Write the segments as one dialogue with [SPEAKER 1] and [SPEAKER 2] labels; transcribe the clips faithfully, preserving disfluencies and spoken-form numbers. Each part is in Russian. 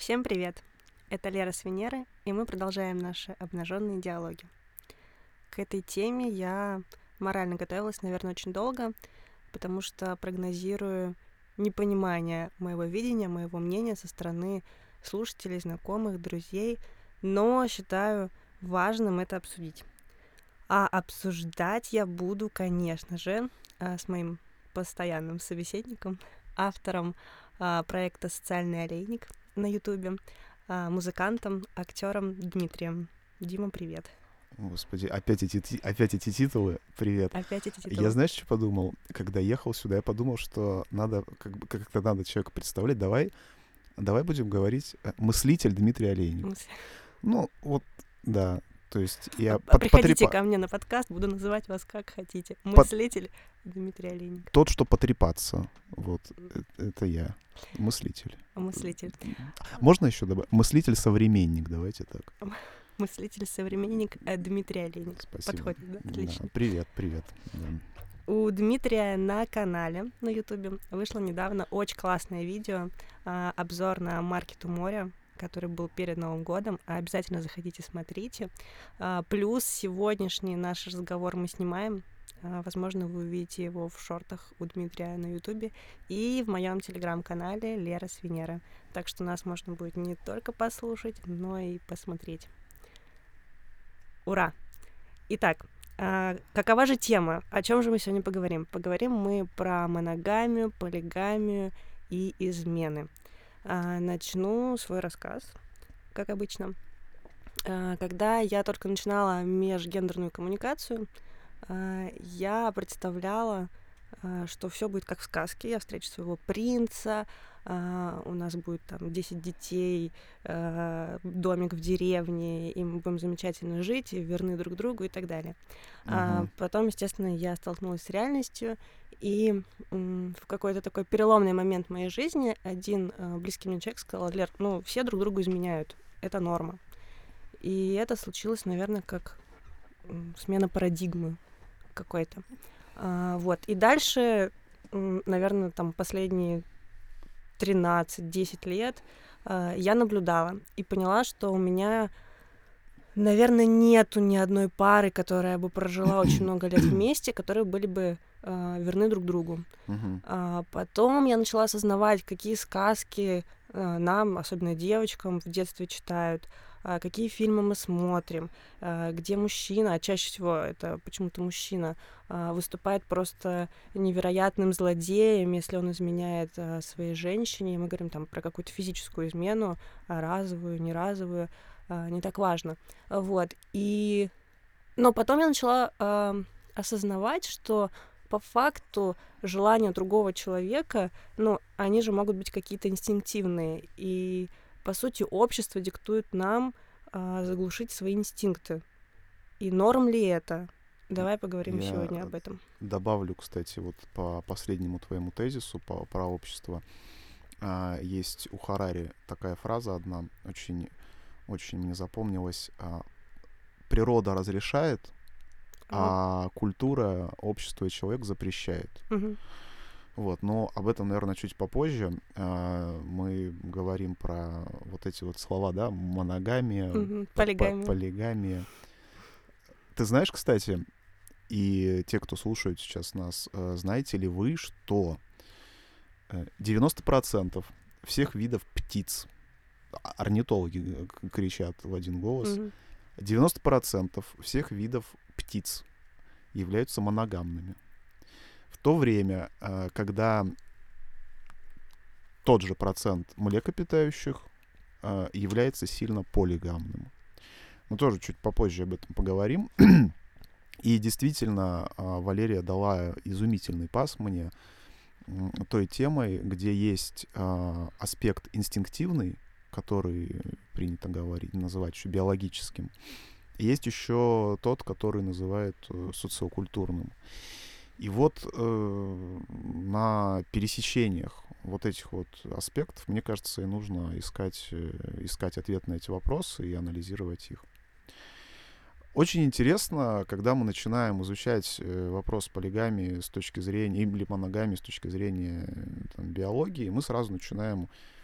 [SPEAKER 1] Всем привет! Это Лера с Венеры, и мы продолжаем наши обнаженные диалоги. К этой теме я морально готовилась, наверное, очень долго, потому что прогнозирую непонимание моего видения, моего мнения со стороны слушателей, знакомых, друзей, но считаю важным это обсудить. А обсуждать я буду, конечно же, с моим постоянным собеседником, автором проекта «Социальный олейник» на Ютубе, музыкантом, актером Дмитрием. Дима, привет.
[SPEAKER 2] Господи, опять эти, опять эти титулы. Привет.
[SPEAKER 1] Опять эти титулы.
[SPEAKER 2] Я, знаешь, что подумал? Когда ехал сюда, я подумал, что надо, как, как-то надо человека представлять. Давай, давай будем говорить мыслитель Дмитрий Олейник.
[SPEAKER 1] Мыс...
[SPEAKER 2] Ну, вот, да. То есть я
[SPEAKER 1] а,
[SPEAKER 2] под,
[SPEAKER 1] приходите
[SPEAKER 2] потрепа...
[SPEAKER 1] ко мне на подкаст, буду называть вас как хотите. Мыслитель под... Дмитрий Олейник.
[SPEAKER 2] Тот, что потрепаться. Вот, это, это я. Мыслитель.
[SPEAKER 1] Мыслитель.
[SPEAKER 2] Можно еще добавить? Мыслитель-современник, давайте так.
[SPEAKER 1] Мыслитель-современник Дмитрий Олейник.
[SPEAKER 2] Спасибо.
[SPEAKER 1] Подходит, да? Отлично.
[SPEAKER 2] Да, привет, привет. Да.
[SPEAKER 1] У Дмитрия на канале на Ютубе вышло недавно очень классное видео, а, обзор на «Маркет у моря», который был перед Новым годом. Обязательно заходите, смотрите. А, плюс сегодняшний наш разговор мы снимаем. А, возможно, вы увидите его в шортах у Дмитрия на Ютубе и в моем телеграм-канале Лера с Венеры. Так что нас можно будет не только послушать, но и посмотреть. Ура! Итак, а, какова же тема? О чем же мы сегодня поговорим? Поговорим мы про моногамию, полигамию и измены. А, начну свой рассказ, как обычно. А, когда я только начинала межгендерную коммуникацию, а, я представляла, а, что все будет как в сказке. Я встречу своего принца, а, у нас будет там десять детей, а, домик в деревне, и мы будем замечательно жить, и верны друг другу и так далее. Uh-huh. А, потом, естественно, я столкнулась с реальностью, и м, в какой-то такой переломный момент в моей жизни один а, близкий мне человек сказал: Лер, ну, все друг другу изменяют, это норма. И это случилось, наверное, как м, смена парадигмы какой-то. А, вот. И дальше, м, наверное, там последние тринадцать-десять лет а, я наблюдала и поняла, что у меня, наверное, нету ни одной пары, которая бы прожила очень много лет вместе, которые были бы а, верны друг другу.
[SPEAKER 2] Uh-huh.
[SPEAKER 1] А, потом я начала осознавать, какие сказки а, нам, особенно девочкам, в детстве читают, а, какие фильмы мы смотрим, а, где мужчина, а чаще всего это почему-то мужчина, а, выступает просто невероятным злодеем, если он изменяет а, своей женщине. И мы говорим там про какую-то физическую измену, а, разовую, неразовую, а, не так важно. Вот. И... Но потом я начала а, осознавать, что по факту желания другого человека, ну, они же могут быть какие-то инстинктивные. И, по сути, общество диктует нам а, заглушить свои инстинкты. И норм ли это? Давай поговорим
[SPEAKER 2] Я
[SPEAKER 1] сегодня об этом.
[SPEAKER 2] Добавлю, кстати, вот по последнему твоему тезису по, про общество. А, есть у Харари такая фраза одна, очень, очень мне запомнилась. А, природа разрешает, а культура, общество и человек запрещает.
[SPEAKER 1] Угу.
[SPEAKER 2] Вот, но об этом, наверное, чуть попозже. А, мы говорим про вот эти вот слова, да, моногамия,
[SPEAKER 1] угу. полигамия.
[SPEAKER 2] полигамия. Ты знаешь, кстати, и те, кто слушают сейчас нас, знаете ли вы, что девяносто процентов всех видов птиц, орнитологи кричат в один голос,
[SPEAKER 1] угу.
[SPEAKER 2] девяносто процентов всех видов птиц являются моногамными. В то время, когда тот же процент млекопитающих является сильно полигамным. Мы тоже чуть попозже об этом поговорим. И действительно, Валерия дала изумительный пас мне той темой, где есть аспект инстинктивный, который принято говорить, называть еще биологическим. И есть еще тот, который называют социокультурным. И вот э, на пересечениях вот этих вот аспектов, мне кажется, и нужно искать, искать ответ на эти вопросы и анализировать их. Очень интересно, когда мы начинаем изучать вопрос полигамии с точки зрения, или моногамии с точки зрения там, биологии, мы сразу начинаем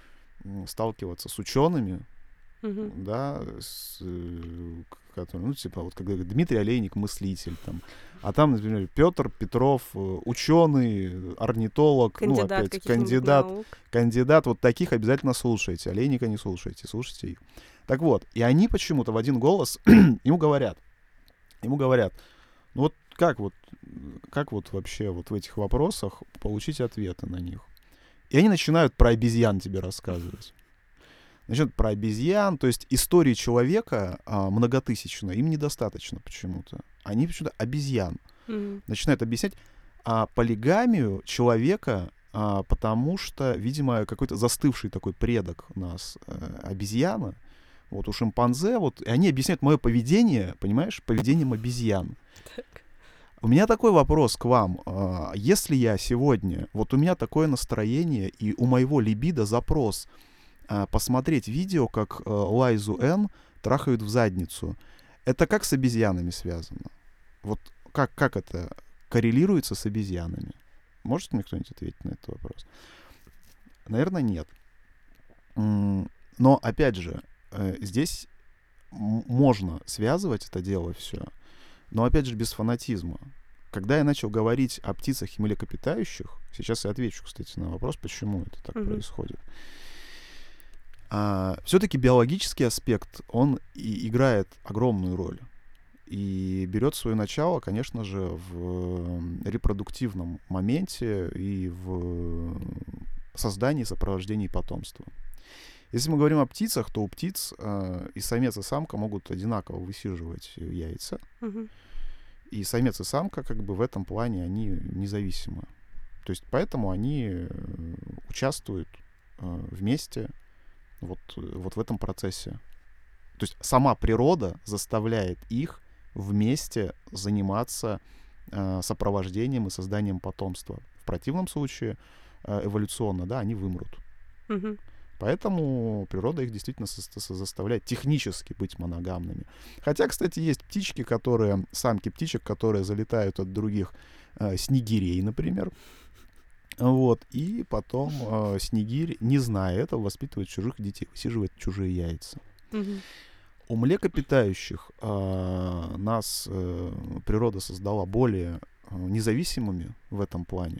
[SPEAKER 2] сталкиваться с учеными,
[SPEAKER 1] Мгм.
[SPEAKER 2] да, с, э, к- которые, ну, типа, вот когда Дмитрий Олейник мыслитель, там, а там, например, Петр Петров, ученый, орнитолог, ну,
[SPEAKER 1] Кандидат
[SPEAKER 2] опять,
[SPEAKER 1] каких-нибудь
[SPEAKER 2] кандидат,
[SPEAKER 1] наук.
[SPEAKER 2] кандидат, вот таких обязательно слушайте. Олейника не слушайте, слушайте их. Так вот, и они почему-то в один голос ему говорят, ему говорят, ну вот как вот, как вот вообще вот в этих вопросах получить ответы на них? И они начинают про обезьян тебе рассказывать. Начнут про обезьян, то есть истории человека а, многотысячно, им недостаточно почему-то. Они почему-то обезьян
[SPEAKER 1] Мгм.
[SPEAKER 2] начинают объяснять а, полигамию человека, а, потому что, видимо, какой-то застывший такой предок у нас э, обезьяна, вот у шимпанзе, вот, и они объясняют мое поведение, понимаешь, поведением обезьян.
[SPEAKER 1] Так.
[SPEAKER 2] У меня такой вопрос к вам. А, Если я сегодня, вот у меня такое настроение, и у моего либидо запрос а, посмотреть видео, как а, Лайзу Н трахают в задницу, это как с обезьянами связано? Вот как, как это коррелируется с обезьянами? Может мне кто-нибудь ответить на этот вопрос? Наверное, нет. М, Но, опять же, э, здесь м- можно связывать это дело все, но, опять же, без фанатизма. Когда я начал говорить о птицах и млекопитающих, сейчас я отвечу, кстати, на вопрос, почему это так
[SPEAKER 1] Мгм.
[SPEAKER 2] происходит. А, все-таки биологический аспект, он и играет огромную роль. И берет свое начало, конечно же, в репродуктивном моменте и в создании и сопровождении потомства. Если мы говорим о птицах, то у птиц э, и самец, и самка могут одинаково высиживать яйца.
[SPEAKER 1] Мгм.
[SPEAKER 2] И самец и самка, как бы в этом плане, они независимы. То есть поэтому они э, участвуют э, вместе вот, э, вот в этом процессе. То есть сама природа заставляет их вместе заниматься э, сопровождением и созданием потомства. В противном случае э, эволюционно, да, они вымрут.
[SPEAKER 1] Мгм.
[SPEAKER 2] Поэтому природа их действительно со- со- заставляет технически быть моногамными. Хотя, кстати, есть птички, которые, самки птичек, которые залетают от других э, снегирей, например. Вот. И потом э, снегирь, не зная этого, воспитывает чужих детей, высиживает чужие яйца.
[SPEAKER 1] Мгм.
[SPEAKER 2] У млекопитающих э, нас э, природа создала более э, независимыми в этом плане.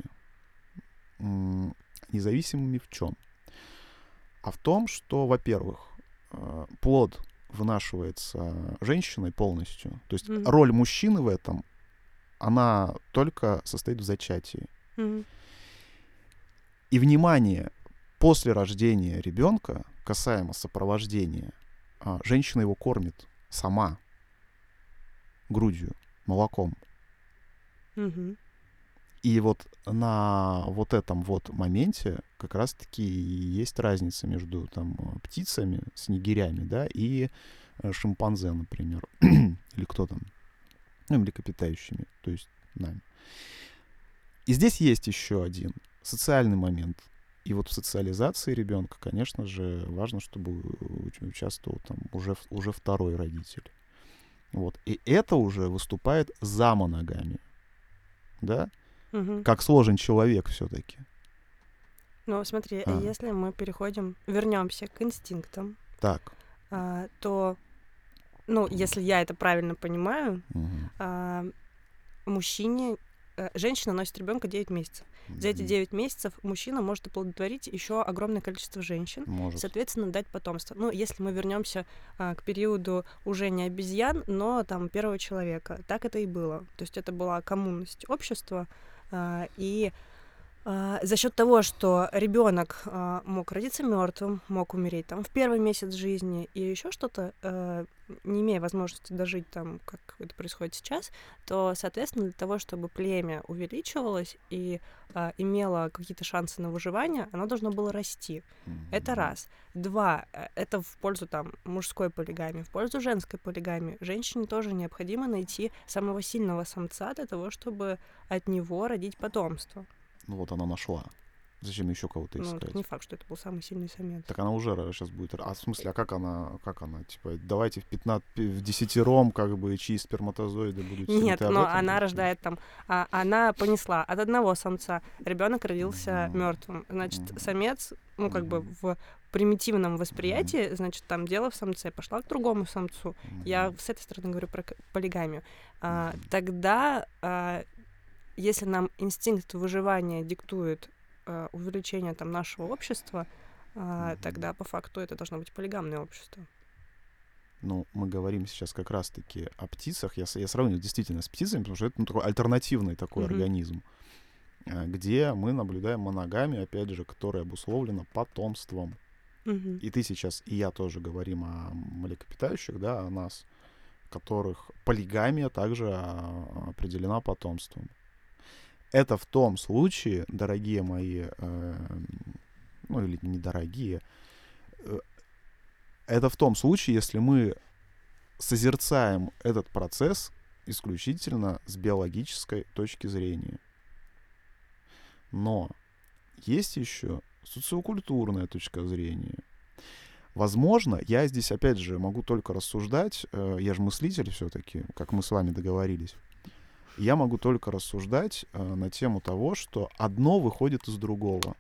[SPEAKER 2] М, Независимыми в чем? А в том, что, во-первых, э, плод вынашивается женщиной полностью. То есть
[SPEAKER 1] Мгм.
[SPEAKER 2] роль мужчины в этом, она только состоит в зачатии.
[SPEAKER 1] Мгм.
[SPEAKER 2] И внимание, после рождения ребенка, касаемо сопровождения, а, женщина его кормит сама грудью, молоком.
[SPEAKER 1] Мгм.
[SPEAKER 2] И вот на вот этом вот моменте как раз-таки и есть разница между там птицами, снегирями, да, и э, шимпанзе, например, или кто там, ну, млекопитающими, то есть нами. И здесь есть еще один социальный момент. И вот в социализации ребенка, конечно же, важно, чтобы уч- участвовал там уже, в- уже второй родитель. Вот. И это уже выступает за моногамию. Да?
[SPEAKER 1] Мгм.
[SPEAKER 2] Как сложен человек все-таки.
[SPEAKER 1] Ну, смотри, а
[SPEAKER 2] А,
[SPEAKER 1] если мы переходим, вернемся к инстинктам,
[SPEAKER 2] так.
[SPEAKER 1] а, то, ну, если я это правильно понимаю,
[SPEAKER 2] Мгм.
[SPEAKER 1] а, мужчине, э, женщина носит ребенка девять месяцев. За эти
[SPEAKER 2] Мгм.
[SPEAKER 1] девять месяцев мужчина может оплодотворить еще огромное количество женщин,
[SPEAKER 2] Может.
[SPEAKER 1] соответственно, дать потомство. Ну, если мы вернемся а, к периоду уже не обезьян, но там первого человека, так это и было. То есть это была коммунность общества, а, и а, за счет того, что ребенок а, мог родиться мертвым, мог умереть там в первый месяц жизни и еще что-то, э, не имея возможности дожить там, как это происходит сейчас, то, соответственно, для того, чтобы племя увеличивалось и а, имело какие-то шансы на выживание, оно должно было расти. Это
[SPEAKER 2] Мгм.
[SPEAKER 1] раз. Два. э, Это в пользу там мужской полигамии, в пользу женской полигамии. Женщине тоже необходимо найти самого сильного самца для того, чтобы от него родить потомство.
[SPEAKER 2] Ну вот она нашла. Зачем еще кого-то
[SPEAKER 1] Ну, так
[SPEAKER 2] искать?
[SPEAKER 1] не факт, что это был самый сильный самец.
[SPEAKER 2] Так она уже сейчас будет. А в смысле, а как она, как она, типа, давайте в пятнадцать, в десятером, как бы, чьи сперматозоиды будут сильны?
[SPEAKER 1] Нет,
[SPEAKER 2] Ты об
[SPEAKER 1] но
[SPEAKER 2] этом
[SPEAKER 1] она
[SPEAKER 2] говоришь?
[SPEAKER 1] рождает там, а, она понесла от одного самца, ребенок родился
[SPEAKER 2] Мгм.
[SPEAKER 1] мертвым. Значит,
[SPEAKER 2] Мгм.
[SPEAKER 1] самец, ну, как бы
[SPEAKER 2] Мгм.
[SPEAKER 1] в примитивном восприятии, mm-hmm. значит, там дело в самце, пошла к другому самцу. Mm-hmm. Я с этой стороны говорю про полигамию. А, mm-hmm. Тогда, а, если нам инстинкт выживания диктует а, увеличение там нашего общества, а, mm-hmm. тогда по факту это должно быть полигамное общество.
[SPEAKER 2] Ну, мы говорим сейчас как раз-таки о птицах. Я, я сравниваю действительно с птицами, потому что это ну, такой альтернативный такой mm-hmm. организм, где мы наблюдаем моногамию, опять же, которая обусловлена потомством. Mm-hmm. И ты сейчас, и я тоже говорим о млекопитающих, да, о нас, которых полигамия также определена потомством. Это в том случае, дорогие мои, э, ну или недорогие, э, это в том случае, если мы созерцаем этот процесс исключительно с биологической точки зрения. Но есть еще социокультурная точка зрения. Возможно, я здесь, опять же, могу только рассуждать, э, я же мыслитель все-таки, как мы с вами договорились, я могу только рассуждать э, на тему того, что одно выходит из другого.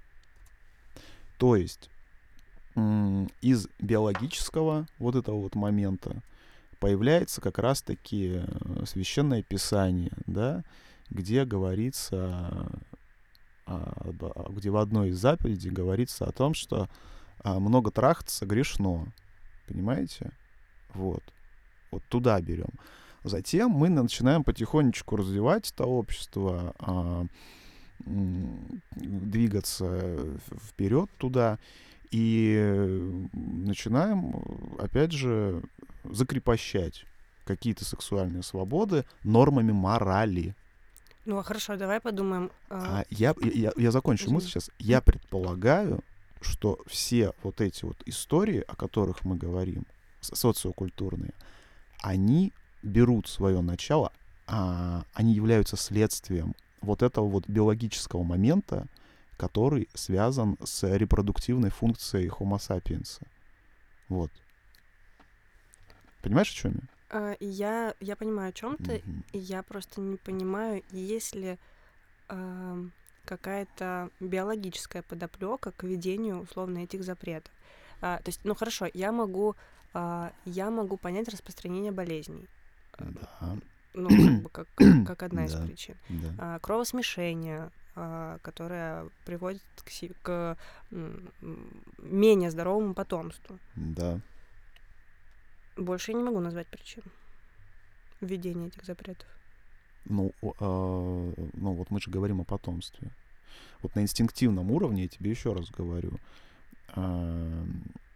[SPEAKER 2] То есть м- из биологического вот этого вот момента появляется как раз-таки священное писание, да, где говорится, где в одной из заповедей говорится о том, что много трахаться грешно. Понимаете? Вот. Вот туда берем. Затем мы начинаем потихонечку развивать это общество, двигаться вперед туда и начинаем, опять же, закрепощать какие-то сексуальные свободы нормами морали.
[SPEAKER 1] Ну, а хорошо, давай подумаем.
[SPEAKER 2] А... А я, я, я закончу мысль сейчас. Я предполагаю, что все вот эти вот истории, о которых мы говорим, социокультурные, они берут свое начало, а, они являются следствием вот этого вот биологического момента, который связан с репродуктивной функцией Homo sapiens. Вот. Понимаешь, о чем я?
[SPEAKER 1] Uh, я, я понимаю, о чем ты,
[SPEAKER 2] Mm-hmm.
[SPEAKER 1] и я просто не понимаю, есть ли uh, какая-то биологическая подоплека к ведению условно этих запретов. Uh, то есть, ну хорошо, я могу, uh, я могу понять распространение болезней.
[SPEAKER 2] Да.
[SPEAKER 1] Ну, как бы как, как, как одна из
[SPEAKER 2] да.
[SPEAKER 1] причин.
[SPEAKER 2] Да.
[SPEAKER 1] Uh, кровосмешение, uh, которое приводит к, си- к м- менее здоровому потомству.
[SPEAKER 2] Да.
[SPEAKER 1] Больше я не могу назвать причин введения этих запретов.
[SPEAKER 2] Ну, э, ну, вот мы же говорим о потомстве. Вот на инстинктивном уровне, я тебе еще раз говорю, э,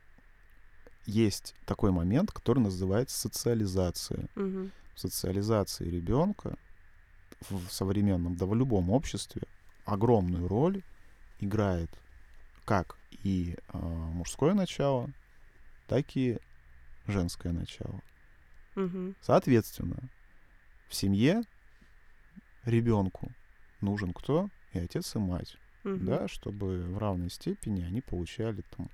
[SPEAKER 2] есть такой момент, который называется социализация.
[SPEAKER 1] Угу.
[SPEAKER 2] В социализации ребенка в современном, да в любом обществе огромную роль играет как и э, мужское начало, так и женское начало.
[SPEAKER 1] Угу.
[SPEAKER 2] Соответственно, в семье ребенку нужен кто? И отец, и мать.
[SPEAKER 1] Угу.
[SPEAKER 2] Да, чтобы в равной степени они получали там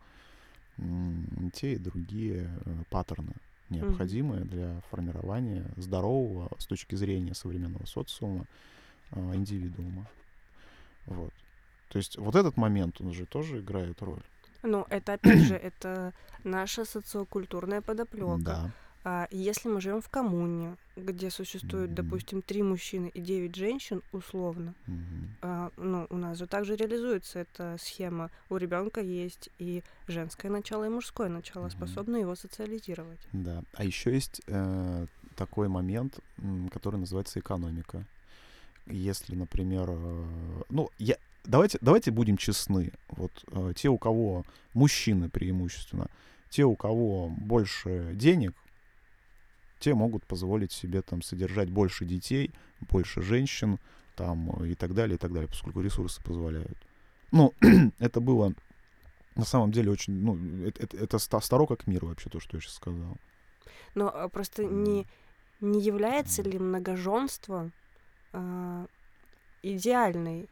[SPEAKER 2] м- те и другие э, паттерны, необходимые угу. для формирования здорового с точки зрения современного социума э, индивидуума. Вот. То есть вот этот момент, он же тоже играет роль.
[SPEAKER 1] Ну, это, опять же, это наша социокультурная подоплека.
[SPEAKER 2] Да.
[SPEAKER 1] А если мы живем в коммуне, где существует, mm-hmm. допустим, три мужчины и девять женщин, условно,
[SPEAKER 2] mm-hmm.
[SPEAKER 1] а, ну, у нас же также реализуется эта схема. У ребенка есть и женское начало, и мужское начало, mm-hmm. способны его социализировать.
[SPEAKER 2] Да. А еще есть э, такой момент, который называется экономика. Если, например, э, ну, я Давайте, давайте будем честны. Вот э, те, у кого мужчины преимущественно, те, у кого больше денег, те могут позволить себе там содержать больше детей, больше женщин, там и так далее, и так далее, поскольку ресурсы позволяют. Ну, это было на самом деле очень, ну, это, это, это старо как мир вообще, то, что я сейчас сказал.
[SPEAKER 1] Но просто не, не является ли многоженство э, идеальной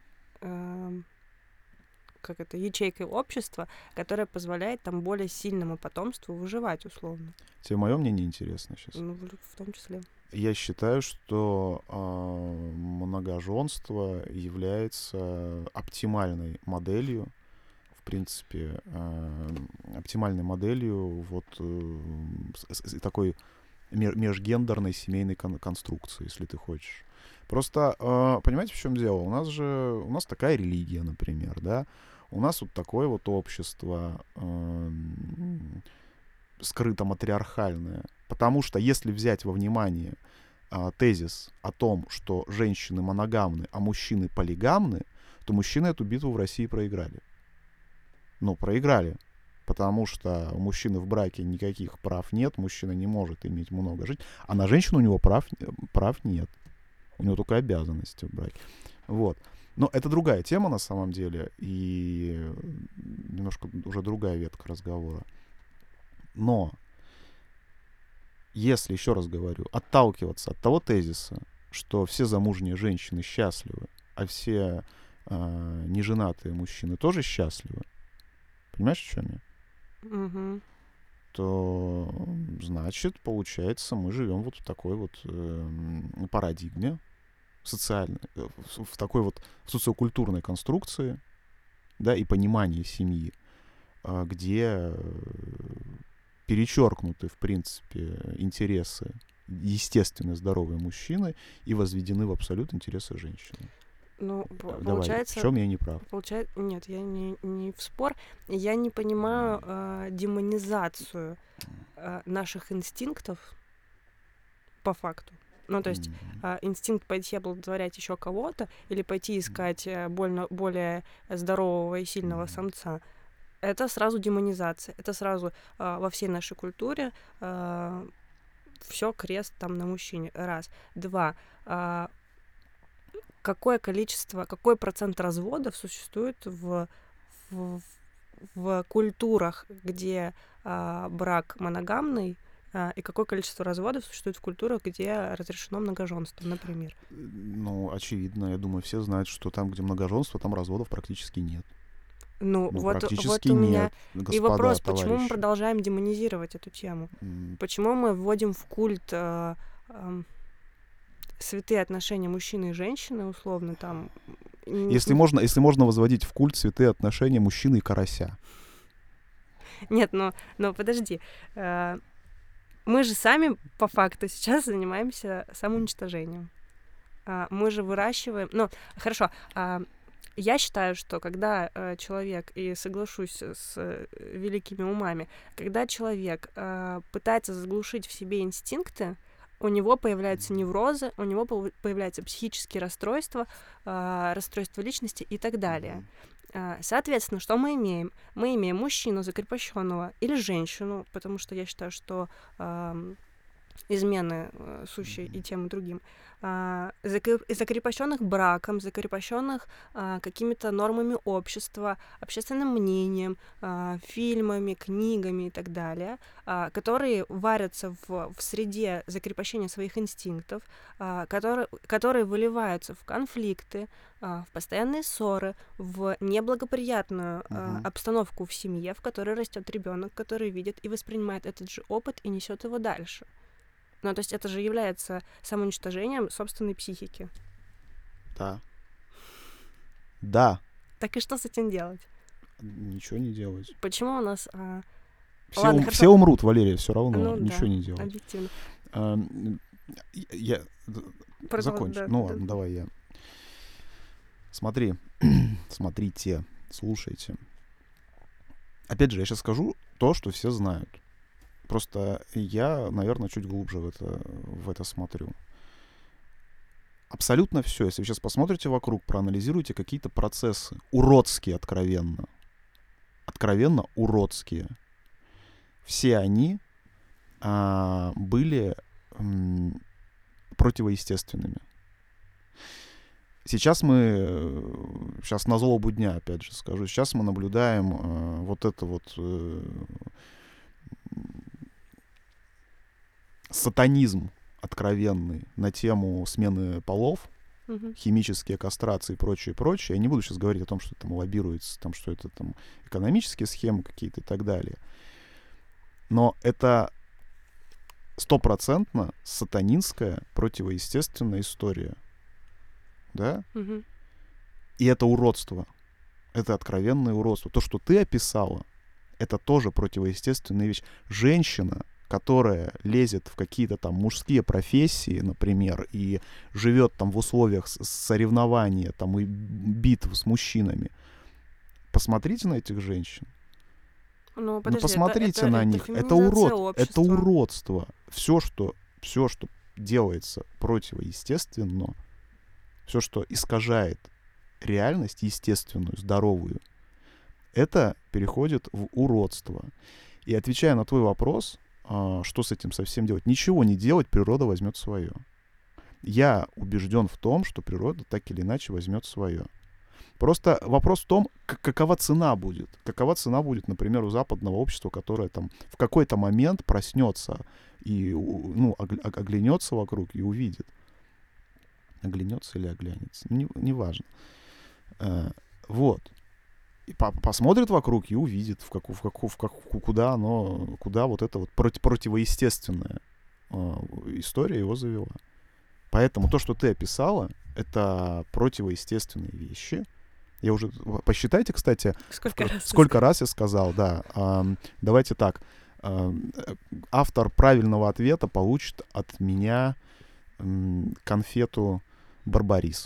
[SPEAKER 1] как это, ячейкой общества, которая позволяет там более сильному потомству выживать, условно.
[SPEAKER 2] Тебе мое мнение интересно сейчас?
[SPEAKER 1] Ну, в том числе.
[SPEAKER 2] Я считаю, что э, многоженство является оптимальной моделью, в принципе, э, оптимальной моделью вот э, с, с такой межгендерной семейной кон- конструкции, если ты хочешь. Просто, э, понимаете, в чем дело? У нас же, у нас такая религия, например, да? У нас вот такое вот общество э, скрыто-матриархальное. Потому что если взять во внимание э, тезис о том, что женщины моногамны, а мужчины полигамны, то мужчины эту битву в России проиграли. Ну, проиграли. Потому что у мужчины в браке никаких прав нет, мужчина не может иметь много жить, а на женщину у него прав, прав нет. У него только обязанности в браке. Вот. Но это другая тема на самом деле, и немножко уже другая ветка разговора. Но если, еще раз говорю, отталкиваться от того тезиса, что все замужние женщины счастливы, а все э, неженатые мужчины тоже счастливы, понимаешь, о чем я?
[SPEAKER 1] Угу.
[SPEAKER 2] То, значит, получается, мы живем вот в такой вот э, парадигме социальной, в, в такой вот социокультурной конструкции, да, и понимании семьи, э, где э, перечеркнуты, в принципе, интересы естественно здоровые мужчины и возведены в абсолют интересы женщины.
[SPEAKER 1] Ну,
[SPEAKER 2] Давай,
[SPEAKER 1] получается...
[SPEAKER 2] в чем я не прав?
[SPEAKER 1] Получается, нет, я не, не в спор. Я не понимаю э, демонизацию э, наших инстинктов по факту. Ну, то есть э, инстинкт пойти оплодотворять еще кого-то или пойти искать э, больно, более здорового и сильного самца, это сразу демонизация. Это сразу э, во всей нашей культуре э, все крест там на мужчине. Раз. Два. Э, какое количество, какой процент разводов существует в, в, в культурах, где а, брак моногамный, а, и какое количество разводов существует в культурах, где разрешено многоженство, например?
[SPEAKER 2] Ну, очевидно, я думаю, все знают, что там, где многоженство, там разводов практически нет.
[SPEAKER 1] Ну,
[SPEAKER 2] ну
[SPEAKER 1] вот,
[SPEAKER 2] практически
[SPEAKER 1] вот у меня
[SPEAKER 2] нет, господа,
[SPEAKER 1] и вопрос,
[SPEAKER 2] товарищи.
[SPEAKER 1] почему мы продолжаем демонизировать эту тему?
[SPEAKER 2] Mm.
[SPEAKER 1] Почему мы вводим в культ... А, а, святые отношения мужчины и женщины, условно, там...
[SPEAKER 2] Если можно, если можно возводить в культ святые отношения мужчины и карася.
[SPEAKER 1] Нет, но, но подожди. Мы же сами, по факту, сейчас занимаемся самоуничтожением. Мы же выращиваем... Ну, хорошо. Я считаю, что когда человек, и соглашусь с великими умами, когда человек пытается заглушить в себе инстинкты, у него появляются неврозы, у него появляются психические расстройства, э, расстройства личности и так далее. Э, соответственно, что мы имеем? Мы имеем мужчину закрепощенного или женщину, потому что я считаю, что э, измены э, сущие и тем, и другим, э, закрепощенных браком, закрепощенных э, какими-то нормами общества, общественным мнением, э, фильмами, книгами и так далее, э, которые варятся в, в среде закрепощения своих инстинктов, э, которые, которые выливаются в конфликты, э, в постоянные ссоры, в неблагоприятную э, uh-huh. обстановку в семье, в которой растет ребенок, который видит и воспринимает этот же опыт и несет его дальше. Ну, то есть это же является самоуничтожением собственной психики.
[SPEAKER 2] Да. Да.
[SPEAKER 1] Так и что с этим делать?
[SPEAKER 2] Ничего не делать.
[SPEAKER 1] Почему у нас... А...
[SPEAKER 2] Все,
[SPEAKER 1] Ладно,
[SPEAKER 2] ум, все умрут, Валерия, все равно.
[SPEAKER 1] Ну,
[SPEAKER 2] ничего
[SPEAKER 1] да,
[SPEAKER 2] не делать.
[SPEAKER 1] Объективно.
[SPEAKER 2] А, я...
[SPEAKER 1] Продол...
[SPEAKER 2] Закончу.
[SPEAKER 1] Да,
[SPEAKER 2] ну
[SPEAKER 1] да.
[SPEAKER 2] ладно, давай я. Смотри. Смотрите. Слушайте. Опять же, я сейчас скажу то, что все знают. Просто я, наверное, чуть глубже в это, в это смотрю. Абсолютно все. Если вы сейчас посмотрите вокруг, проанализируйте какие-то процессы. Уродские, откровенно. Откровенно уродские. Все они а, были м, противоестественными. Сейчас мы, сейчас на злобу дня, опять же скажу, сейчас мы наблюдаем а, вот это вот... А, сатанизм откровенный на тему смены полов, uh-huh. химические кастрации и прочее, прочее. Я не буду сейчас говорить о том, что там лоббируется, там, что это там экономические схемы какие-то и так далее. Но это стопроцентно сатанинская противоестественная история. Да?
[SPEAKER 1] Uh-huh.
[SPEAKER 2] И это уродство. Это откровенное уродство. То, что ты описала, это тоже противоестественная вещь. Женщина, которая лезет в какие-то там мужские профессии, например, и живет там в условиях соревнования там, и битв с мужчинами, посмотрите на этих женщин.
[SPEAKER 1] Ну,
[SPEAKER 2] Ну,
[SPEAKER 1] подожди, это,
[SPEAKER 2] посмотрите
[SPEAKER 1] это,
[SPEAKER 2] на
[SPEAKER 1] это
[SPEAKER 2] них. Это
[SPEAKER 1] феминизация
[SPEAKER 2] урод, это
[SPEAKER 1] общества.
[SPEAKER 2] уродство. Все, что, все, что делается противоестественно, все, что искажает реальность естественную, здоровую, это переходит в уродство. И отвечая на твой вопрос, а, что с этим совсем делать? Ничего не делать, природа возьмет свое. Я убежден в том, что природа так или иначе возьмет свое. Просто вопрос в том, к- какова цена будет. Какова цена будет, например, у западного общества, которое там в какой-то момент проснется и у- ну, огля- оглянется вокруг и увидит. Оглянется или оглянется. Не, неважно. Э, вот. И по- посмотрит вокруг и увидит, в каку, в каку, в каку, куда оно, куда вот эта вот проти- противоестественная э, история его завела. Поэтому то, что ты описала, это противоестественные вещи. Я уже... Посчитайте, кстати,
[SPEAKER 1] Сколько
[SPEAKER 2] в-
[SPEAKER 1] раз ты
[SPEAKER 2] сколько раз я сказал, да. Ам, давайте так. Ам, э, автор правильного ответа получит от меня м, конфету Барбарис.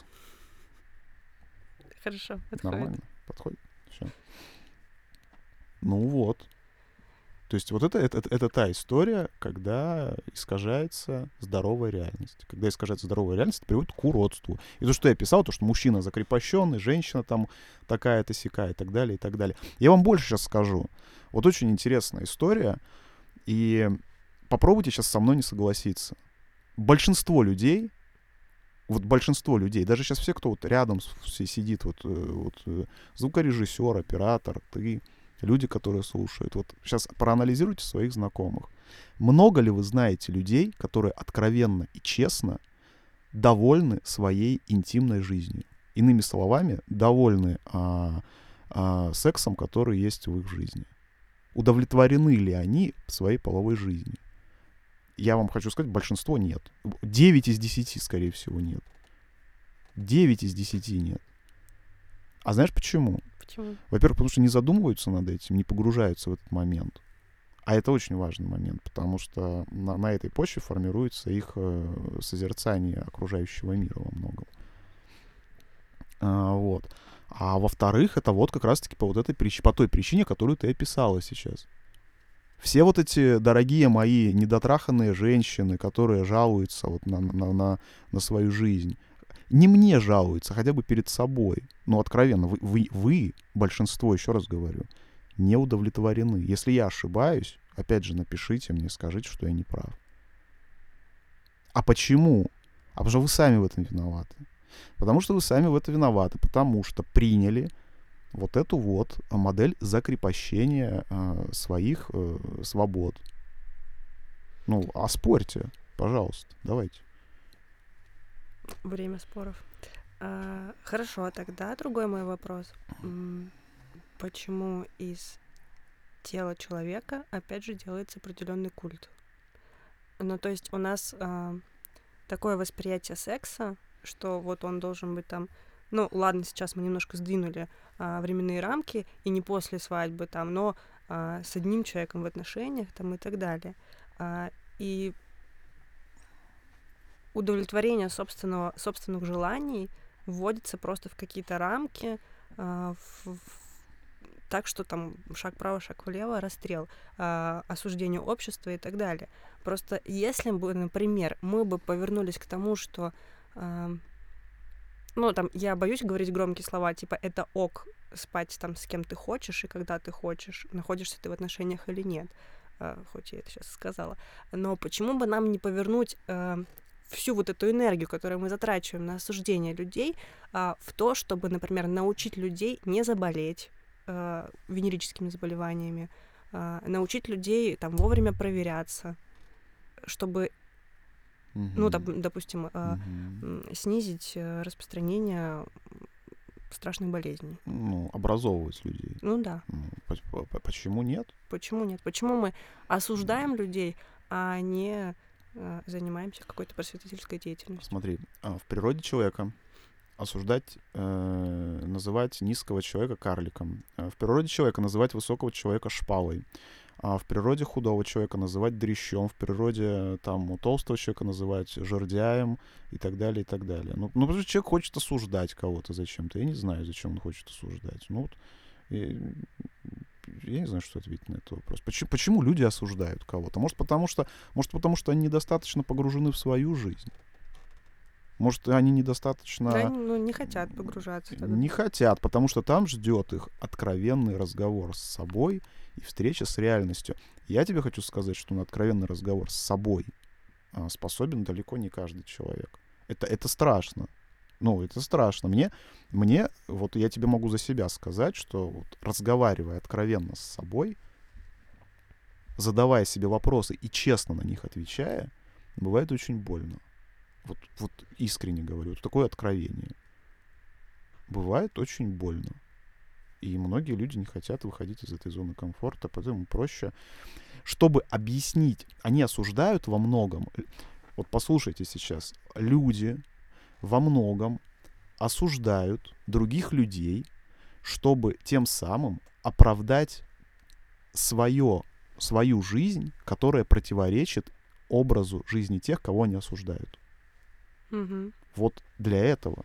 [SPEAKER 1] Хорошо, подходит.
[SPEAKER 2] Нормально? Подходит? Все. Ну вот. То есть вот это, это, это та история, когда искажается здоровая реальность. Когда искажается здоровая реальность, это приводит к уродству. И то, что я писал, то, что мужчина закрепощенный, женщина там такая-то сякая и так далее, и так далее. Я вам больше сейчас скажу. Вот очень интересная история. И попробуйте сейчас со мной не согласиться. Большинство людей, вот большинство людей, даже сейчас все, кто вот рядом с- с- сидит, вот, э, вот э, звукорежиссер, оператор, ты, люди, которые слушают, вот сейчас проанализируйте своих знакомых. Много ли вы знаете людей, которые откровенно и честно довольны своей интимной жизнью? Иными словами, довольны а, а, сексом, который есть в их жизни. Удовлетворены ли они своей половой жизнью? Я вам хочу сказать, большинство нет. девять из десяти, скорее всего, нет. девять из десяти нет. А знаешь почему?
[SPEAKER 1] Почему?
[SPEAKER 2] Во-первых, потому что не задумываются над этим, не погружаются в этот момент. А это очень важный момент, потому что на, на этой почве формируется их э, созерцание окружающего мира во многом. А, вот. А во-вторых, это вот как раз-таки по вот этой причине, по той причине, которую ты описала сейчас. Все вот эти дорогие мои недотраханные женщины, которые жалуются вот на, на, на, на свою жизнь, не мне жалуются, хотя бы перед собой. Ну, откровенно, вы, вы, вы, большинство, еще раз говорю, не удовлетворены. Если я ошибаюсь, опять же, напишите мне, скажите, что я не прав. А почему? А потому что вы сами в этом виноваты. Потому что вы сами в этом виноваты, потому что приняли вот эту вот модель закрепощения э, своих э, свобод. Ну, оспорьте, пожалуйста, давайте.
[SPEAKER 1] Время споров. А, хорошо, тогда другой мой вопрос. М, Почему из тела человека, опять же, делается определенный культ? Ну, то есть у нас а, такое восприятие секса, что вот он должен быть там... Ну, ладно, сейчас мы немножко сдвинули а, временные рамки, и не после свадьбы там, но а, с одним человеком в отношениях там и так далее. А, и удовлетворение собственного, собственных желаний вводится просто в какие-то рамки, а, в- в- так что там шаг вправо, шаг влево, расстрел, а, осуждение общества и так далее. Просто если бы, например, мы бы повернулись к тому, что, а, ну, там, я боюсь говорить громкие слова, типа, это ок спать там с кем ты хочешь и когда ты хочешь, находишься ты в отношениях или нет, а, хоть я это сейчас сказала. Но почему бы нам не повернуть а, всю вот эту энергию, которую мы затрачиваем на осуждение людей, а, в то, чтобы, например, научить людей не заболеть а, венерическими заболеваниями, а, научить людей там вовремя проверяться, чтобы, ну, там,
[SPEAKER 2] Мгм.
[SPEAKER 1] допустим, а,
[SPEAKER 2] Мгм.
[SPEAKER 1] м, снизить э, распространение страшных болезней.
[SPEAKER 2] Ну, образовывать людей.
[SPEAKER 1] Ну да.
[SPEAKER 2] Ну, по- по- почему нет?
[SPEAKER 1] Почему нет? Почему мы осуждаем людей, а не э, занимаемся какой-то просветительской деятельностью?
[SPEAKER 2] Смотри, а, в природе человека осуждать, э, называть низкого человека карликом. В природе человека называть высокого человека шпалой. А в природе худого человека называть дрящом. В природе там у толстого человека называть жердяем и так далее, и так далее. Ну, ну потому что человек хочет осуждать кого-то зачем-то. Я не знаю, зачем он хочет осуждать. Ну вот, я, я не знаю, что ответить на этот вопрос. Почему, почему люди осуждают кого-то? Может, потому что, может, потому что они недостаточно погружены в свою жизнь. Может, они недостаточно...
[SPEAKER 1] Да, ну, не хотят погружаться. Тогда.
[SPEAKER 2] Не хотят, потому что там ждет их откровенный разговор с собой и встреча с реальностью. Я тебе хочу сказать, что на откровенный разговор с собой а, способен далеко не каждый человек. Это, это страшно. Ну, это страшно. Мне, мне, вот я тебе могу за себя сказать, что вот, разговаривая откровенно с собой, задавая себе вопросы и честно на них отвечая, бывает очень больно. Вот, вот искренне говорю, вот такое откровение. Бывает очень больно. И многие люди не хотят выходить из этой зоны комфорта, поэтому проще. Чтобы объяснить, они осуждают во многом. Вот послушайте сейчас. Люди во многом осуждают других людей, чтобы тем самым оправдать свое, свою жизнь, которая противоречит образу жизни тех, кого они осуждают.
[SPEAKER 1] Угу.
[SPEAKER 2] Вот для этого.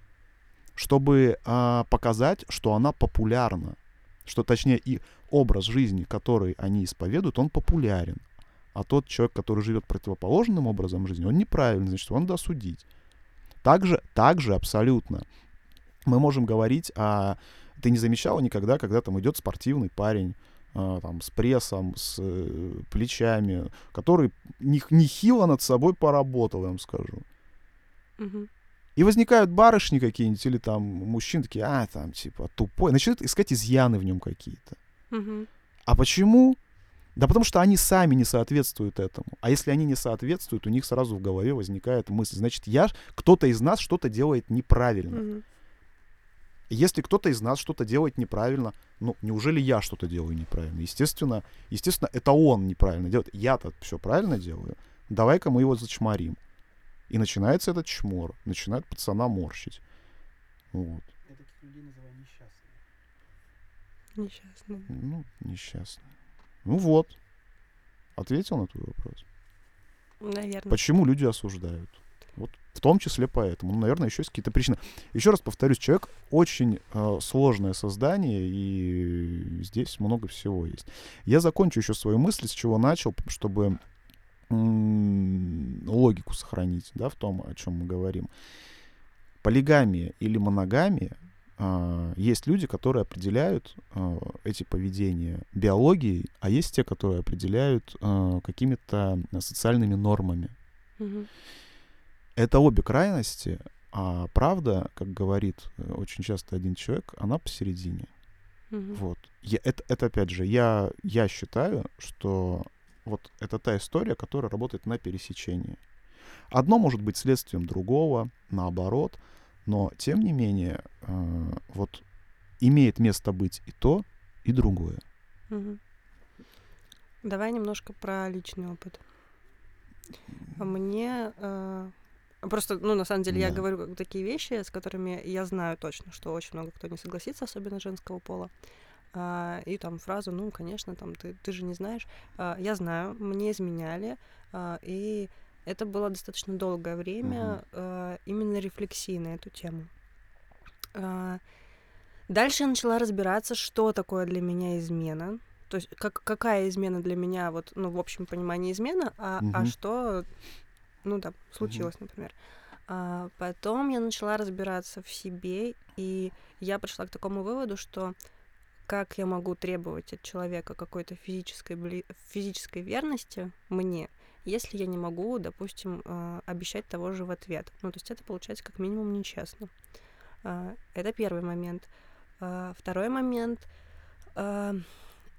[SPEAKER 2] Чтобы а, показать, что она популярна. Что, точнее, и образ жизни, который они исповедуют, он популярен. А тот человек, который живет противоположным образом жизни, он неправильный, значит, его надо осудить. Также, также абсолютно мы можем говорить о... Ты не замечала никогда, когда там идет спортивный парень, а, там, с прессом, с э, плечами, который нехило над собой поработал, я вам скажу.
[SPEAKER 1] Угу.
[SPEAKER 2] И возникают барышни какие-нибудь, или там мужчины такие, а, там, типа, тупой. Начинают искать изъяны в нем какие-то.
[SPEAKER 1] Угу.
[SPEAKER 2] А почему? Да потому что они сами не соответствуют этому. А если они не соответствуют, у них сразу в голове возникает мысль, значит, я, кто-то из нас что-то делает неправильно.
[SPEAKER 1] Угу.
[SPEAKER 2] Если кто-то из нас что-то делает неправильно, ну, неужели я что-то делаю неправильно? Естественно, естественно, это он неправильно делает. Я-то все правильно делаю. Давай-ка мы его зачморим. И начинается этот чмор. Начинает пацана морщить. Вот.
[SPEAKER 3] Я таких людей называю несчастными.
[SPEAKER 1] Несчастные.
[SPEAKER 2] Ну, несчастные. Ну вот. Ответил на твой вопрос.
[SPEAKER 1] Наверное.
[SPEAKER 2] Почему люди осуждают? Вот в том числе поэтому. Ну, наверное, еще есть какие-то причины. Еще раз повторюсь, человек очень э, сложное создание, и здесь много всего есть. Я закончу еще свою мысль, с чего начал, чтобы м- логику сохранить, да, в том, о чем мы говорим. Полигамия или моногамия, э, есть люди, которые определяют э, эти поведения биологией, а есть те, которые определяют э, какими-то социальными нормами.
[SPEAKER 1] Угу.
[SPEAKER 2] Это обе крайности, а правда, как говорит очень часто один человек, она посередине.
[SPEAKER 1] Угу.
[SPEAKER 2] Вот. Я, это, это, опять же, я, я считаю, что вот это та история, которая работает на пересечении. Одно может быть следствием другого, наоборот, но, тем не менее, э, вот имеет место быть и то, и другое.
[SPEAKER 1] Угу. Давай немножко про личный опыт. Мне... Э... Просто, ну, на самом деле,
[SPEAKER 2] Да.
[SPEAKER 1] я говорю такие вещи, с которыми я знаю точно, что очень много кто не согласится, особенно женского пола. А, и там фразу, ну, конечно, там, ты, ты же не знаешь. А, я знаю, мне изменяли, а, и это было достаточно долгое время
[SPEAKER 2] Мгм.
[SPEAKER 1] а, именно рефлексии на эту тему. А, дальше я начала разбираться, что такое для меня измена. То есть как, какая измена для меня, вот, ну, в общем понимании измена, а, а
[SPEAKER 2] Мгм.
[SPEAKER 1] что... ну да, случилось, например. А потом я начала разбираться в себе, и я пришла к такому выводу, что как я могу требовать от человека какой-то физической, бли... физической верности мне, если я не могу, допустим, обещать того же в ответ. Ну, то есть это получается как минимум нечестно. Это первый момент. Второй момент.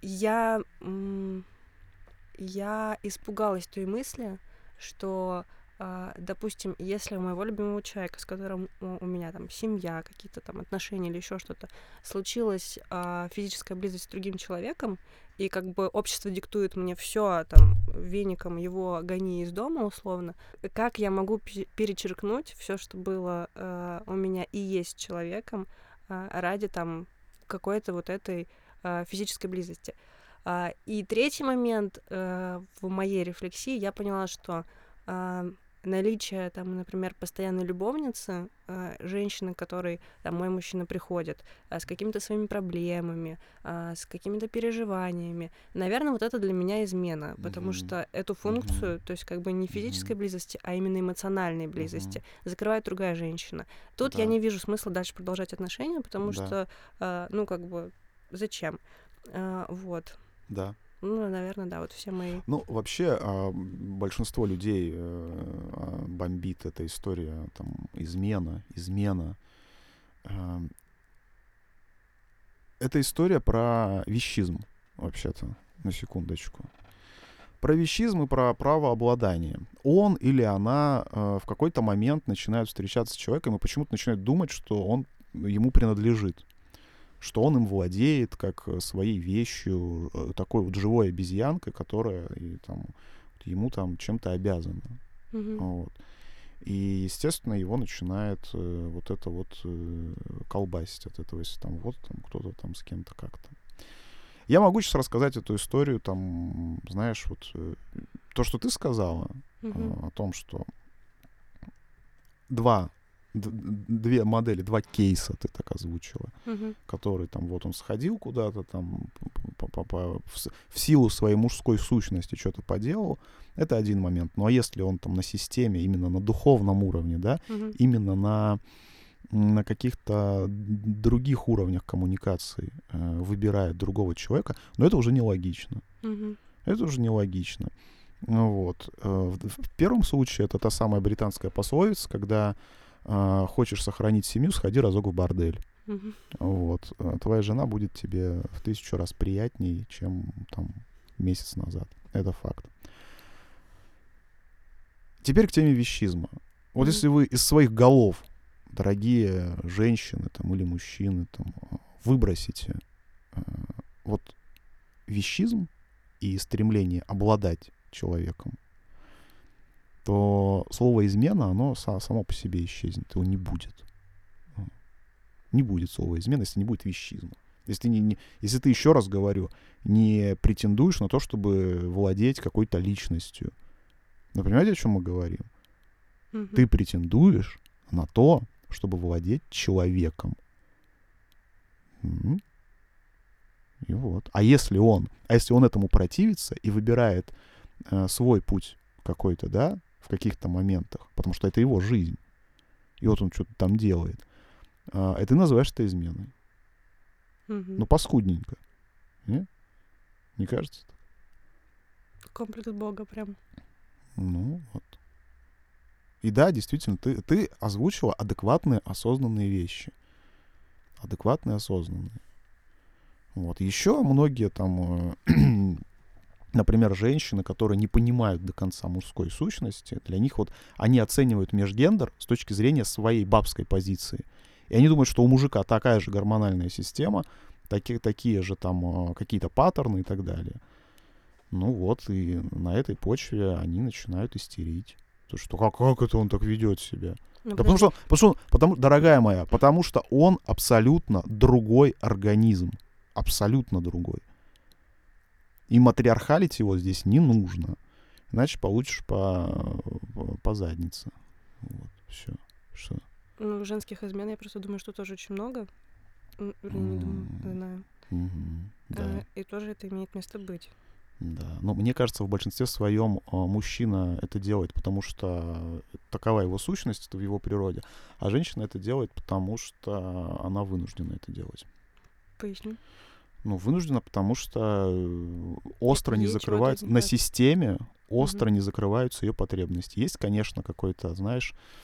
[SPEAKER 1] Я, я испугалась той мысли, что А, допустим, если у моего любимого человека, с которым у, у меня там семья, какие-то там отношения или еще что-то, случилась а, физическая близость с другим человеком, и как бы общество диктует мне все там веником его гони из дома условно, как я могу пе- перечеркнуть все, что было а, у меня и есть с человеком а, ради там какой-то вот этой а, физической близости. А, и третий момент а, в моей рефлексии я поняла, что а, наличие, там, например, постоянной любовницы, э, женщины, к которой там, мой мужчина приходит э, с какими-то своими проблемами, э, с какими-то переживаниями, наверное, вот это для меня измена, потому
[SPEAKER 2] Мгм.
[SPEAKER 1] что эту
[SPEAKER 2] Мгм.
[SPEAKER 1] функцию, то есть как бы не физической
[SPEAKER 2] Мгм.
[SPEAKER 1] близости, а именно эмоциональной
[SPEAKER 2] Мгм.
[SPEAKER 1] близости, закрывает другая женщина. Тут я
[SPEAKER 2] Да,
[SPEAKER 1] не вижу смысла дальше продолжать отношения, потому
[SPEAKER 2] да,
[SPEAKER 1] что, э, ну, как бы, зачем? Э, вот.
[SPEAKER 2] да.
[SPEAKER 1] Ну, наверное, да, вот все мои...
[SPEAKER 2] Ну, вообще, а, м, большинство людей э, а, бомбит эта история, там, измена, измена. А, Это история про вещизм, вообще-то, на секундочку. Про вещизм и про правообладание. Он или она э, в какой-то момент начинают встречаться с человеком и почему-то начинают думать, что он ему принадлежит, что он им владеет как э, своей вещью, э, такой вот живой обезьянкой, которая и, там, вот ему там чем-то обязана.
[SPEAKER 1] Мгм.
[SPEAKER 2] Вот. И, естественно, его начинает э, вот это вот э, колбасить от этого, если там вот там кто-то там с кем-то как-то. Я могу сейчас рассказать эту историю, там, знаешь, вот э, то, что ты сказала, э,
[SPEAKER 1] Мгм.
[SPEAKER 2] о том, что два, д- д- две модели, два кейса ты так озвучила,
[SPEAKER 1] Мгм.
[SPEAKER 2] который там вот он сходил куда-то там по- по- по- в, с- в силу своей мужской сущности что-то поделал, это один момент. Ну а если он там на системе, именно на духовном уровне, да,
[SPEAKER 1] Мгм.
[SPEAKER 2] именно на, на каких-то других уровнях коммуникации э, выбирает другого человека, но это уже нелогично.
[SPEAKER 1] Мгм.
[SPEAKER 2] Это уже нелогично. Ну вот. э, В, в первом случае это та самая британская пословица, когда э, хочешь сохранить семью, сходи разок в бордель.
[SPEAKER 1] Мгм.
[SPEAKER 2] Вот. Э, Твоя жена будет тебе в тысячу раз приятнее, чем там месяц назад. Это факт. Теперь к теме вещизма. Вот
[SPEAKER 1] Мгм.
[SPEAKER 2] если вы из своих голов, дорогие женщины там, или мужчины, там, э, выбросите э, вот вещизм и стремление обладать человеком, то слово «измена», оно са- само по себе исчезнет, его не будет. Не будет слова «измена», если не будет вещизма. Если ты, не, не- если ты, еще раз говорю, не претендуешь на то, чтобы владеть какой-то личностью. Вы понимаете, о чем мы говорим?
[SPEAKER 1] Мгм.
[SPEAKER 2] Ты претендуешь на то, чтобы владеть человеком. М. И вот. А если он, а если он этому противится и выбирает э, свой путь какой-то, да, в каких-то моментах, потому что это его жизнь, и вот он что-то там делает, а, и ты называешь это изменой.
[SPEAKER 1] Мгм.
[SPEAKER 2] Ну, паскудненько. Не? Не кажется?
[SPEAKER 1] Комплекс Бога прям.
[SPEAKER 2] Ну, вот. И да, действительно, ты, ты озвучила адекватные, осознанные вещи. Адекватные, осознанные. Вот. Еще многие там, э, например, женщины, которые не понимают до конца мужской сущности, для них вот они оценивают межгендер с точки зрения своей бабской позиции. И они думают, что у мужика такая же гормональная система, такие, такие же там э, какие-то паттерны и так далее. Ну вот, и на этой почве они начинают истерить. То, что как, как это он так ведет себя?
[SPEAKER 1] Ну,
[SPEAKER 2] Да потому
[SPEAKER 1] подожди.
[SPEAKER 2] что, потому что, потому, дорогая моя, потому что он абсолютно другой организм. Абсолютно другой. И матриархалить его здесь не нужно. Иначе получишь по, по, по заднице. Вот, все. Что?
[SPEAKER 1] Ну, женских измен я просто думаю, что тоже очень много. М, Вернее, не думаю,
[SPEAKER 2] М,
[SPEAKER 1] знаю.
[SPEAKER 2] мгм, Да.
[SPEAKER 1] А, И тоже это имеет место быть.
[SPEAKER 2] Да, но мне кажется, в большинстве своем а, мужчина это делает, потому что такова его сущность, это в его природе, а женщина это делает, потому что она вынуждена это делать.
[SPEAKER 1] Поясню.
[SPEAKER 2] Ну, вынуждена, потому что э, остро не
[SPEAKER 1] ей чего-то от
[SPEAKER 2] закрываются,
[SPEAKER 1] них
[SPEAKER 2] на
[SPEAKER 1] надо.
[SPEAKER 2] системе остро
[SPEAKER 1] Мгм.
[SPEAKER 2] не закрываются ее потребности. Есть, конечно, какой-то, знаешь,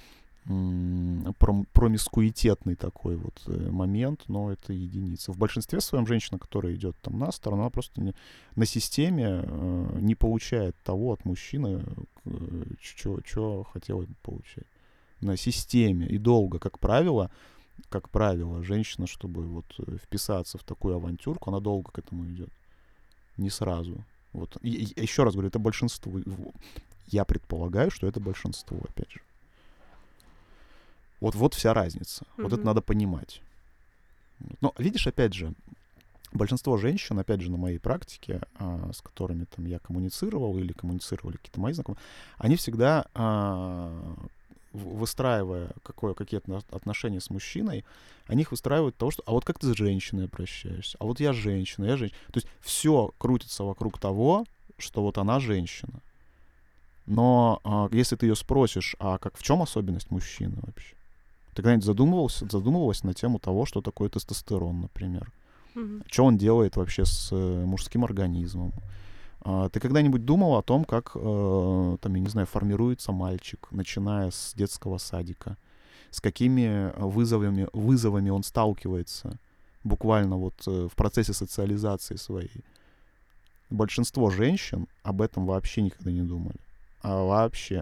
[SPEAKER 2] м, пром- промискуитетный такой вот э, момент, но это единица. В большинстве своем женщина, которая идет там на сторону, она просто не- на системе э, не получает того от мужчины, что хотела бы получать. На системе и долго, как правило, как правило, женщина, чтобы вот э, вписаться в такую авантюрку, она долго к этому идет. Не сразу. Вот. И, и еще раз говорю, это большинство. Я предполагаю, что это большинство, опять же. Вот, вот вся разница. Mm-hmm. Вот это надо понимать. Но видишь, опять же, большинство женщин, опять же, на моей практике, а, с которыми там я коммуницировал или коммуницировали какие-то мои знакомые, они всегда, а, выстраивая какое, какие-то отношения с мужчиной, они их выстраивают того, что «а вот как ты с женщиной обращаешься? А вот я женщина, я женщина». То есть все крутится вокруг того, что вот она женщина. Но а, если ты ее спросишь, а как, в чем особенность мужчины вообще? Ты когда-нибудь задумывался, задумывалась на тему того, что такое тестостерон, например? Mm-hmm. Что он делает вообще с э, мужским организмом? А, ты когда-нибудь думал о том, как, э, там, я не знаю, формируется мальчик, начиная с детского садика? С какими вызовами, вызовами он сталкивается буквально вот э, в процессе социализации своей? Большинство женщин об этом вообще никогда не думали. А вообще.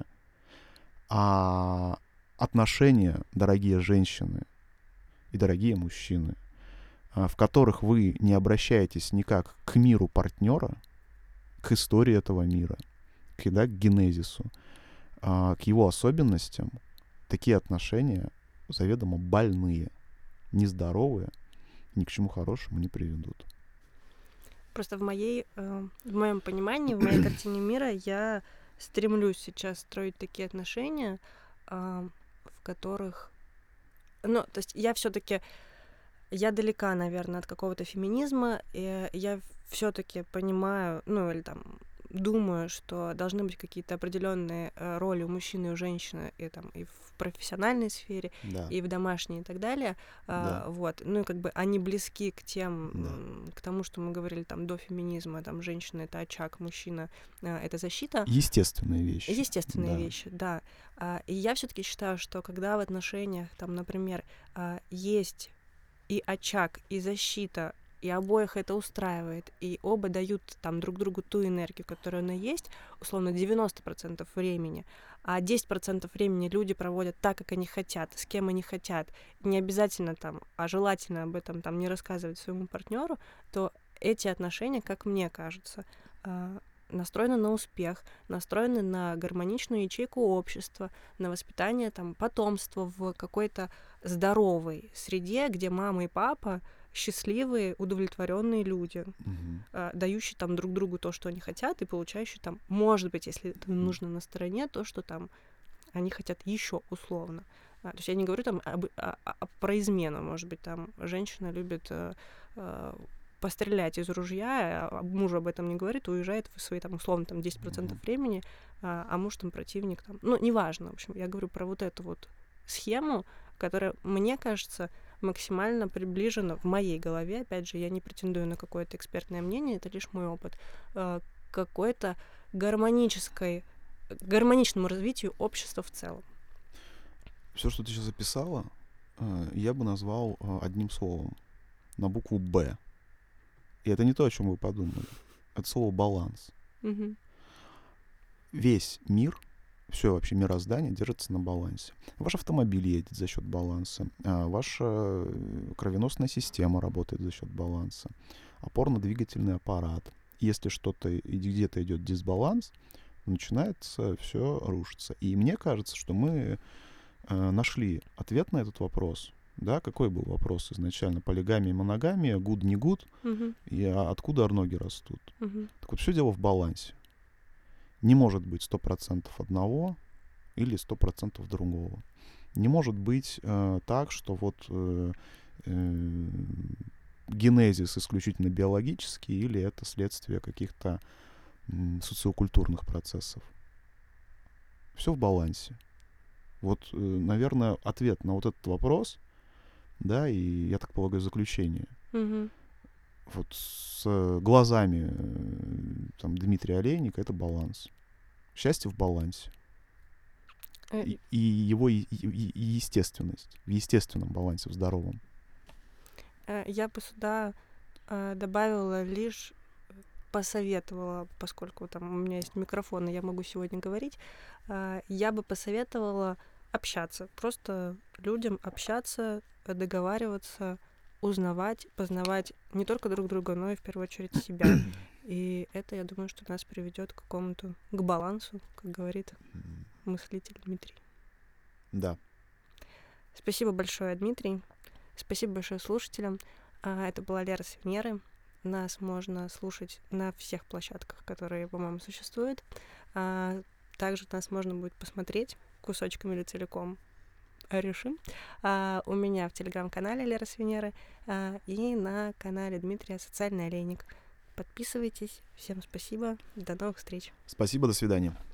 [SPEAKER 2] А отношения, дорогие женщины и дорогие мужчины, в которых вы не обращаетесь никак к миру партнера, к истории этого мира, к, да, к генезису, к его особенностям, такие отношения заведомо больные, нездоровые, ни к чему хорошему не приведут.
[SPEAKER 1] Просто в моей, э, в моем понимании, в моей картине мира я стремлюсь сейчас строить такие отношения, э, в которых, ну, то есть я все-таки, я далека, наверное, от какого-то феминизма, и я все-таки понимаю, ну, или там думаю, что должны быть какие-то определенные э, роли у мужчины и у женщины, и там и в профессиональной сфере,
[SPEAKER 2] да.
[SPEAKER 1] и в домашней и так далее.
[SPEAKER 2] Да.
[SPEAKER 1] А, вот. Ну и как бы они близки к тем,
[SPEAKER 2] да.
[SPEAKER 1] к тому, что мы говорили там до феминизма, там женщина — это очаг, мужчина — это защита.
[SPEAKER 2] Естественные вещи.
[SPEAKER 1] Естественные
[SPEAKER 2] да.
[SPEAKER 1] вещи, да. А, и я все-таки считаю, что когда в отношениях, там, например, а, есть и очаг, и защита, и обоих это устраивает, и оба дают там друг другу ту энергию, которая она есть, условно, девяносто процентов времени, а десять процентов времени люди проводят так, как они хотят, с кем они хотят, не обязательно там, а желательно об этом там не рассказывать своему партнеру, то эти отношения, как мне кажется, настроены на успех, настроены на гармоничную ячейку общества, на воспитание там потомства в какой-то здоровой среде, где мама и папа счастливые, удовлетворенные люди,
[SPEAKER 2] mm-hmm.
[SPEAKER 1] э, дающие там друг другу то, что они хотят, и получающие там, может быть, если это нужно на стороне, то, что там они хотят еще условно. А, то есть я не говорю там об, о, о, про измену, может быть, там женщина любит э, э, пострелять из ружья, а муж об этом не говорит, уезжает в свои там условно там десять процентов mm-hmm. времени, а, а муж там противник там, ну неважно, в общем, я говорю про вот эту вот схему, которая, мне кажется, максимально приближена в моей голове, опять же, я не претендую на какое-то экспертное мнение, это лишь мой опыт, э, какой-то гармонической, гармоничному развитию общества в целом.
[SPEAKER 2] Все, что ты сейчас записала, э, я бы назвал э, одним словом, на букву «Б». И это не то, о чем вы подумали. Это слово «баланс».
[SPEAKER 1] Mm-hmm.
[SPEAKER 2] Весь мир, все вообще мироздание держится на балансе. Ваш автомобиль едет за счет баланса, а ваша кровеносная система работает за счет баланса, опорно-двигательный аппарат. Если что-то где-то идет дисбаланс, начинается все рушиться. И мне кажется, что мы э, нашли ответ на этот вопрос. Да, какой был вопрос изначально? Полигамия, моногамия, гуд, не гуд,
[SPEAKER 1] uh-huh.
[SPEAKER 2] и а откуда ноги растут?
[SPEAKER 1] Uh-huh.
[SPEAKER 2] Так вот, все дело в балансе. Не может быть сто процентов одного или сто процентов другого. Не может быть э, так, что вот э, э, генезис исключительно биологический или это следствие каких-то э, социокультурных процессов. Все в балансе. Вот, э, наверное, ответ на вот этот вопрос, да, и, я так полагаю, заключение.
[SPEAKER 1] Mm-hmm.
[SPEAKER 2] Вот с глазами там, Дмитрия Олейника — это баланс. Счастье в балансе.
[SPEAKER 1] Э,
[SPEAKER 2] и, и его и, и- и естественность, в естественном балансе, в здоровом.
[SPEAKER 1] э, Я бы сюда э, добавила лишь посоветовала, поскольку там у меня есть микрофон, и я могу сегодня говорить, а, я бы посоветовала общаться, просто людям общаться, э, договариваться, узнавать, познавать не только друг друга, но и в первую очередь себя. И это, я думаю, что нас приведет к какому-то, к балансу, как говорит
[SPEAKER 2] М,
[SPEAKER 1] мыслитель Дмитрий.
[SPEAKER 2] Да.
[SPEAKER 1] Спасибо большое, Дмитрий. Спасибо большое слушателям. А, Это была Лера с Венеры. Нас можно слушать на всех площадках, которые, по-моему, существуют. А, Также нас можно будет посмотреть кусочками или целиком. Решим. А, У меня в телеграм-канале Лера с Венеры а, и на канале Дмитрия «Социальный олейник». Подписывайтесь. Всем спасибо. До новых встреч.
[SPEAKER 2] Спасибо, до свидания.